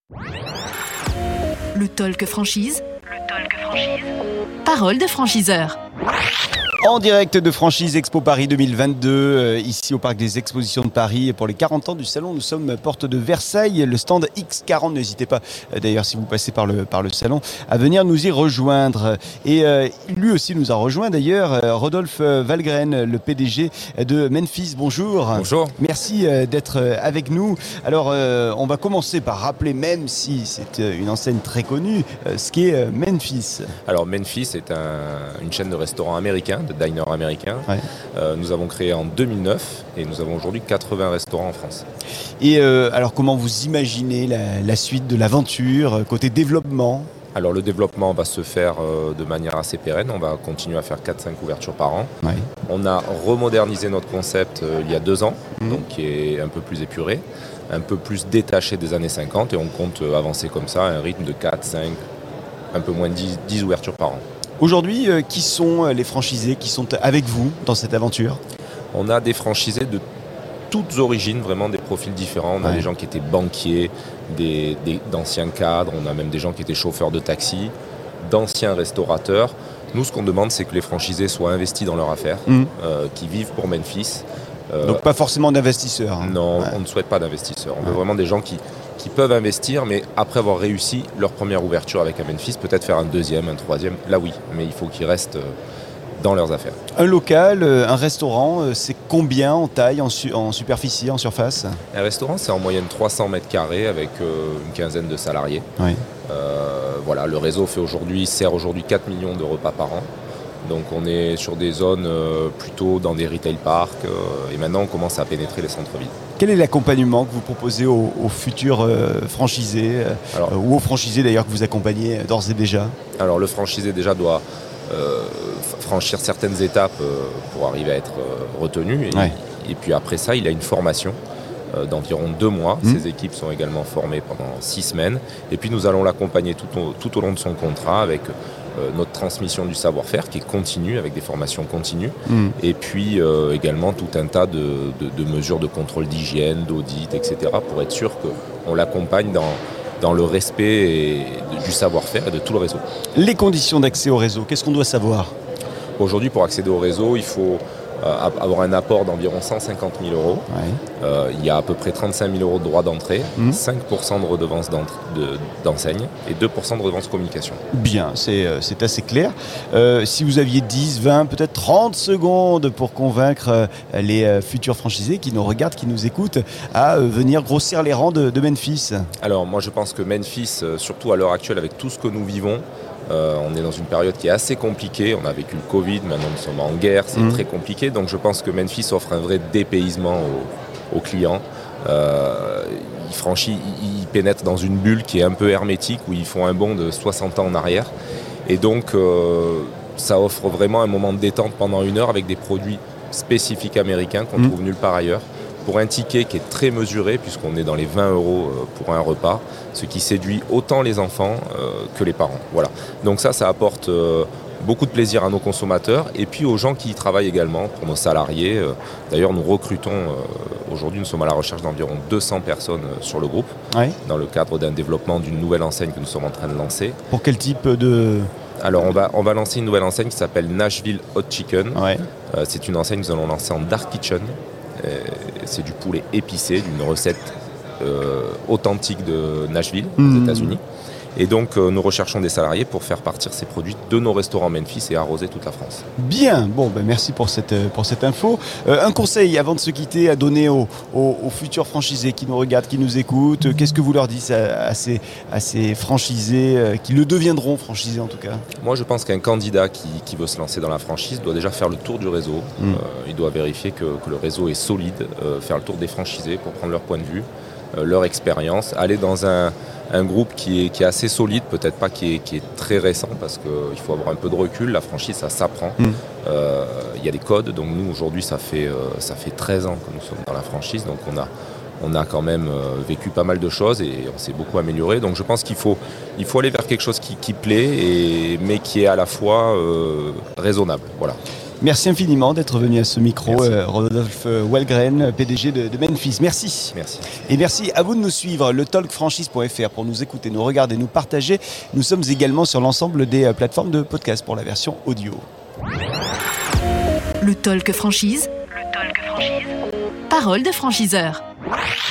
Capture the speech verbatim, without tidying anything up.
Le talk franchise. Le talk franchise. Parole de franchiseur. En direct de Franchise Expo Paris deux mille vingt-deux, euh, ici au Parc des Expositions de Paris. Pour les quarante ans du salon, nous sommes porte de Versailles, le stand X quarante. N'hésitez pas, euh, d'ailleurs, si vous passez par le, par le salon, à venir nous y rejoindre. Et euh, lui aussi nous a rejoint, d'ailleurs, euh, Rodolphe Valgren, le P D G de Memphis. Bonjour. Bonjour. Merci euh, d'être euh, avec nous. Alors, euh, on va commencer par rappeler, même si c'est euh, une enseigne très connue, euh, ce qu'est euh, Memphis. Alors, Memphis est un, une chaîne de restaurants américains, de diners américains. Ouais. Euh, nous avons créé en deux mille neuf et nous avons aujourd'hui quatre-vingts restaurants en France. Et euh, alors comment vous imaginez la, la suite de l'aventure, côté développement ? Alors le développement va se faire euh, de manière assez pérenne. On va continuer à faire quatre à cinq ouvertures par an. Ouais. On a remodernisé notre concept euh, il y a deux ans, mmh. donc qui est un peu plus épuré, un peu plus détaché des années cinquante et on compte euh, avancer comme ça à un rythme de quatre, cinq, un peu moins de dix, dix ouvertures par an. Aujourd'hui, euh, qui sont les franchisés qui sont avec vous dans cette aventure ? On a des franchisés de toutes origines, vraiment des profils différents. On a ouais. des gens qui étaient banquiers, des, des, d'anciens cadres, on a même des gens qui étaient chauffeurs de taxi, d'anciens restaurateurs. Nous, ce qu'on demande, c'est que les franchisés soient investis dans leur affaire, mmh. euh, qui vivent pour Memphis. Euh, Donc pas forcément d'investisseurs. Hein. Non, ouais. on ne souhaite pas d'investisseurs. On ouais. veut vraiment des gens qui, qui peuvent investir, mais après avoir réussi leur première ouverture avec un Memphis, peut-être faire un deuxième, un troisième. Là oui, mais il faut qu'ils restent dans leurs affaires. Un local, un restaurant, c'est combien en taille, en, su- en superficie, en surface ? Un restaurant, c'est en moyenne trois cents mètres carrés avec euh, une quinzaine de salariés. Oui. Euh, voilà, le réseau fait aujourd'hui, sert aujourd'hui quatre millions de repas par an. Donc on est sur des zones euh, plutôt dans des retail parks euh, et maintenant on commence à pénétrer les centres-villes. Quel est l'accompagnement que vous proposez aux, aux futurs euh, franchisés alors, euh, ou aux franchisés d'ailleurs que vous accompagnez d'ores et déjà ? Alors le franchisé déjà doit euh, franchir certaines étapes euh, pour arriver à être euh, retenu et, ouais. et puis après ça il a une formation euh, d'environ deux mois. Mmh. Ses équipes sont également formées pendant six semaines et puis nous allons l'accompagner tout au, tout au long de son contrat avec Euh, notre transmission du savoir-faire qui est continue avec des formations continues mmh. et puis euh, également tout un tas de, de, de mesures de contrôle d'hygiène, d'audit, et cetera pour être sûr qu'on l'accompagne dans, dans le respect et, du savoir-faire et de tout le réseau. Les conditions d'accès au réseau, qu'est-ce qu'on doit savoir ? Aujourd'hui, pour accéder au réseau, il faut euh, avoir un apport d'environ cent cinquante mille euros. Ouais. Euh, il y a à peu près trente-cinq mille euros de droits d'entrée, mmh. cinq pour cent de redevances de, d'enseigne et deux pour cent de redevances communication. Bien, c'est, c'est assez clair. Euh, si vous aviez dix, vingt, peut-être trente secondes pour convaincre euh, les euh, futurs franchisés qui nous regardent, qui nous écoutent, à euh, venir grossir les rangs de, de Memphis. Alors moi je pense que Memphis, euh, surtout à l'heure actuelle avec tout ce que nous vivons, Euh, on est dans une période qui est assez compliquée. On a vécu le Covid, maintenant nous sommes en guerre, c'est mmh. très compliqué. Donc je pense que Memphis offre un vrai dépaysement aux, aux clients. Euh, il franchit, il, il pénètre dans une bulle qui est un peu hermétique, où ils font un bond de soixante ans en arrière. Et donc euh, ça offre vraiment un moment de détente pendant une heure avec des produits spécifiques américains qu'on mmh. trouve nulle part ailleurs. Pour un ticket qui est très mesuré, puisqu'on est dans les vingt euros pour un repas, ce qui séduit autant les enfants euh, que les parents. Voilà. Donc ça, ça apporte euh, beaucoup de plaisir à nos consommateurs et puis aux gens qui y travaillent également, pour nos salariés. D'ailleurs, nous recrutons, euh, aujourd'hui, nous sommes à la recherche d'environ deux cents personnes sur le groupe, ouais. dans le cadre d'un développement d'une nouvelle enseigne que nous sommes en train de lancer. Pour quel type de... Alors, on va, on va lancer une nouvelle enseigne qui s'appelle Nashville Hot Chicken. Ouais. Euh, c'est une enseigne que nous allons lancer en dark kitchen. C'est du poulet épicé, d'une recette euh, authentique de Nashville, mmh. aux États-Unis. Et donc, euh, nous recherchons des salariés pour faire partir ces produits de nos restaurants Memphis et arroser toute la France. Bien, bon, ben merci pour cette, pour cette info. Euh, un conseil avant de se quitter à donner aux, aux, aux futurs franchisés qui nous regardent, qui nous écoutent. Qu'est-ce que vous leur dites à, à, ces, à ces franchisés, euh, qui le deviendront franchisés en tout cas ? Moi, je pense qu'un candidat qui, qui veut se lancer dans la franchise doit déjà faire le tour du réseau. Mmh. Euh, il doit vérifier que, que le réseau est solide, euh, faire le tour des franchisés pour prendre leur point de vue, euh, leur expérience, aller dans un... un groupe qui est, qui est assez solide, peut-être pas qui est, qui est très récent parce qu'il faut avoir un peu de recul, la franchise ça s'apprend, il mmh. euh, y a des codes, donc nous aujourd'hui ça fait, euh, ça fait treize ans que nous sommes dans la franchise, donc on a, on a quand même euh, vécu pas mal de choses et on s'est beaucoup amélioré, donc je pense qu'il faut, il faut aller vers quelque chose qui, qui plaît, et, mais qui est à la fois euh, raisonnable. Voilà. Merci infiniment d'être venu à ce micro, euh, Rodolphe Wellgren, P D G de, de Memphis. Merci. Merci. Et merci à vous de nous suivre, le talk franchise point f r pour nous écouter, nous regarder, nous partager. Nous sommes également sur l'ensemble des plateformes de podcast pour la version audio. Le talk franchise. Le talk franchise. Parole de franchiseur.